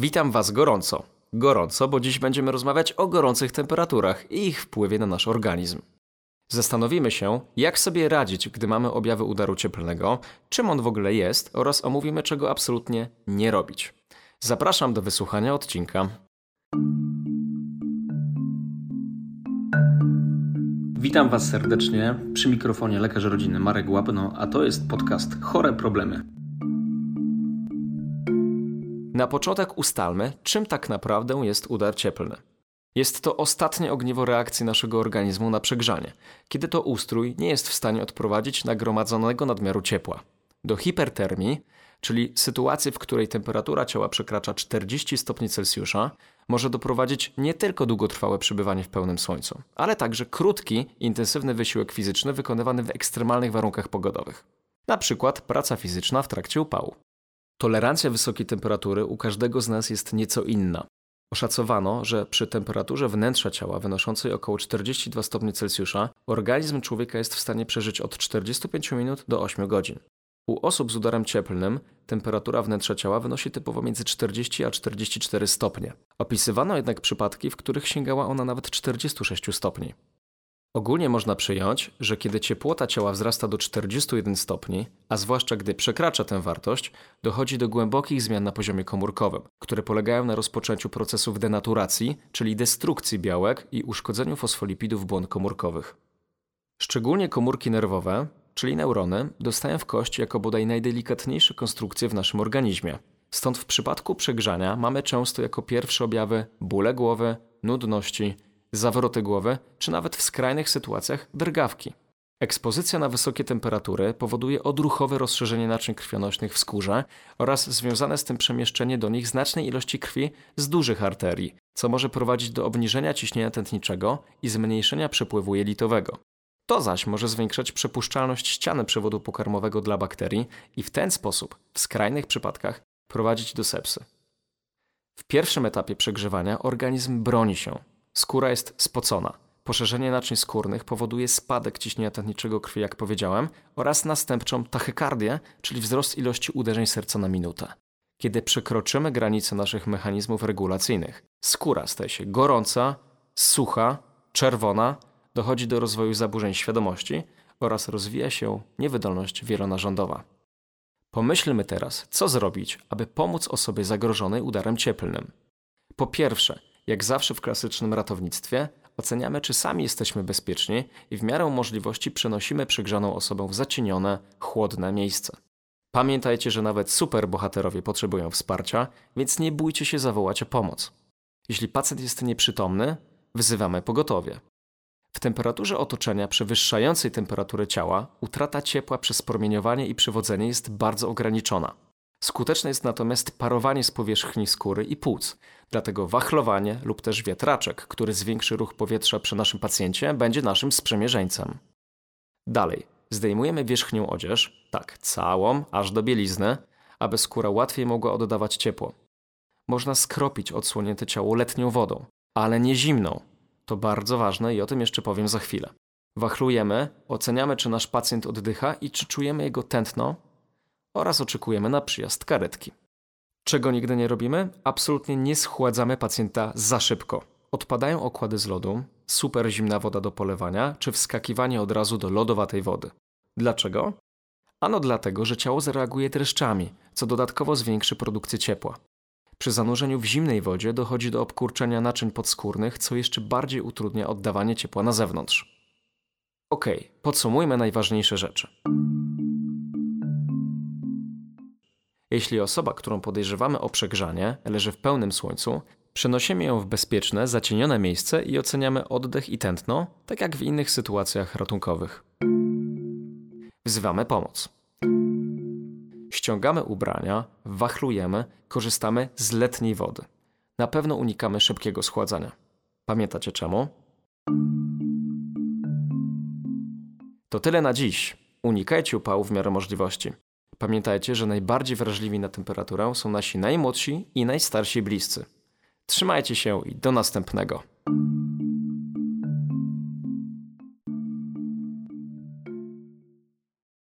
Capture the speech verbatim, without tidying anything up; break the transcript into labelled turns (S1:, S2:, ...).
S1: Witam Was gorąco. Gorąco, bo dziś będziemy rozmawiać o gorących temperaturach i ich wpływie na nasz organizm. Zastanowimy się, jak sobie radzić, gdy mamy objawy udaru cieplnego, czym on w ogóle jest oraz omówimy, czego absolutnie nie robić. Zapraszam do wysłuchania odcinka. Witam Was serdecznie, przy mikrofonie lekarz rodzinny Marek Łapno, a to jest podcast Chore Problemy. Na początek ustalmy, czym tak naprawdę jest udar cieplny. Jest to ostatnie ogniwo reakcji naszego organizmu na przegrzanie, kiedy to ustrój nie jest w stanie odprowadzić nagromadzonego nadmiaru ciepła. Do hipertermii, czyli sytuacji, w której temperatura ciała przekracza czterdzieści stopni Celsjusza, może doprowadzić nie tylko długotrwałe przebywanie w pełnym słońcu, ale także krótki, intensywny wysiłek fizyczny wykonywany w ekstremalnych warunkach pogodowych. Na przykład praca fizyczna w trakcie upału. Tolerancja wysokiej temperatury u każdego z nas jest nieco inna. Oszacowano, że przy temperaturze wnętrza ciała wynoszącej około czterdzieści dwa stopnie Celsjusza organizm człowieka jest w stanie przeżyć od czterdziestu pięciu minut do ośmiu godzin. U osób z udarem cieplnym temperatura wnętrza ciała wynosi typowo między czterdzieści a czterdzieści cztery stopnie. Opisywano jednak przypadki, w których sięgała ona nawet czterdziestu sześciu stopni. Ogólnie można przyjąć, że kiedy ciepłota ciała wzrasta do czterdziestu jeden stopni, a zwłaszcza gdy przekracza tę wartość, dochodzi do głębokich zmian na poziomie komórkowym, które polegają na rozpoczęciu procesów denaturacji, czyli destrukcji białek i uszkodzeniu fosfolipidów błon komórkowych. Szczególnie komórki nerwowe, czyli neurony, dostają w kość jako bodaj najdelikatniejsze konstrukcje w naszym organizmie. Stąd w przypadku przegrzania mamy często jako pierwsze objawy bóle głowy, nudności, zawroty głowy, czy nawet w skrajnych sytuacjach drgawki. Ekspozycja na wysokie temperatury powoduje odruchowe rozszerzenie naczyń krwionośnych w skórze oraz związane z tym przemieszczenie do nich znacznej ilości krwi z dużych arterii, co może prowadzić do obniżenia ciśnienia tętniczego i zmniejszenia przepływu jelitowego. To zaś może zwiększać przepuszczalność ściany przewodu pokarmowego dla bakterii i w ten sposób, w skrajnych przypadkach, prowadzić do sepsy. W pierwszym etapie przegrzewania organizm broni się. Skóra jest spocona. Poszerzenie naczyń skórnych powoduje spadek ciśnienia tętniczego krwi, jak powiedziałem, oraz następczą tachykardię, czyli wzrost ilości uderzeń serca na minutę. Kiedy przekroczymy granice naszych mechanizmów regulacyjnych, skóra staje się gorąca, sucha, czerwona, dochodzi do rozwoju zaburzeń świadomości oraz rozwija się niewydolność wielonarządowa. Pomyślmy teraz, co zrobić, aby pomóc osobie zagrożonej udarem cieplnym. Po pierwsze, jak zawsze w klasycznym ratownictwie, oceniamy, czy sami jesteśmy bezpieczni i w miarę możliwości przenosimy przegrzaną osobę w zacienione, chłodne miejsce. Pamiętajcie, że nawet superbohaterowie potrzebują wsparcia, więc nie bójcie się zawołać o pomoc. Jeśli pacjent jest nieprzytomny, wzywamy pogotowie. W temperaturze otoczenia przewyższającej temperaturę ciała utrata ciepła przez promieniowanie i przewodzenie jest bardzo ograniczona. Skuteczne jest natomiast parowanie z powierzchni skóry i płuc, dlatego wachlowanie lub też wiatraczek, który zwiększy ruch powietrza przy naszym pacjencie, będzie naszym sprzymierzeńcem. Dalej, zdejmujemy wierzchnią odzież, tak całą, aż do bielizny, aby skóra łatwiej mogła oddawać ciepło. Można skropić odsłonięte ciało letnią wodą, ale nie zimną. To bardzo ważne i o tym jeszcze powiem za chwilę. Wachlujemy, oceniamy, czy nasz pacjent oddycha i czy czujemy jego tętno, oraz oczekujemy na przyjazd karetki. Czego nigdy nie robimy? Absolutnie nie schładzamy pacjenta za szybko. Odpadają okłady z lodu, super zimna woda do polewania, czy wskakiwanie od razu do lodowatej wody. Dlaczego? Ano dlatego, że ciało zareaguje dreszczami, co dodatkowo zwiększy produkcję ciepła. Przy zanurzeniu w zimnej wodzie dochodzi do obkurczenia naczyń podskórnych, co jeszcze bardziej utrudnia oddawanie ciepła na zewnątrz. Okej, podsumujmy najważniejsze rzeczy. Jeśli osoba, którą podejrzewamy o przegrzanie, leży w pełnym słońcu, przenosimy ją w bezpieczne, zacienione miejsce i oceniamy oddech i tętno, tak jak w innych sytuacjach ratunkowych. Wzywamy pomoc. Ściągamy ubrania, wachlujemy, korzystamy z letniej wody. Na pewno unikamy szybkiego schładzania. Pamiętacie czemu? To tyle na dziś. Unikajcie upału w miarę możliwości. Pamiętajcie, że najbardziej wrażliwi na temperaturę są nasi najmłodsi i najstarsi bliscy. Trzymajcie się i do następnego.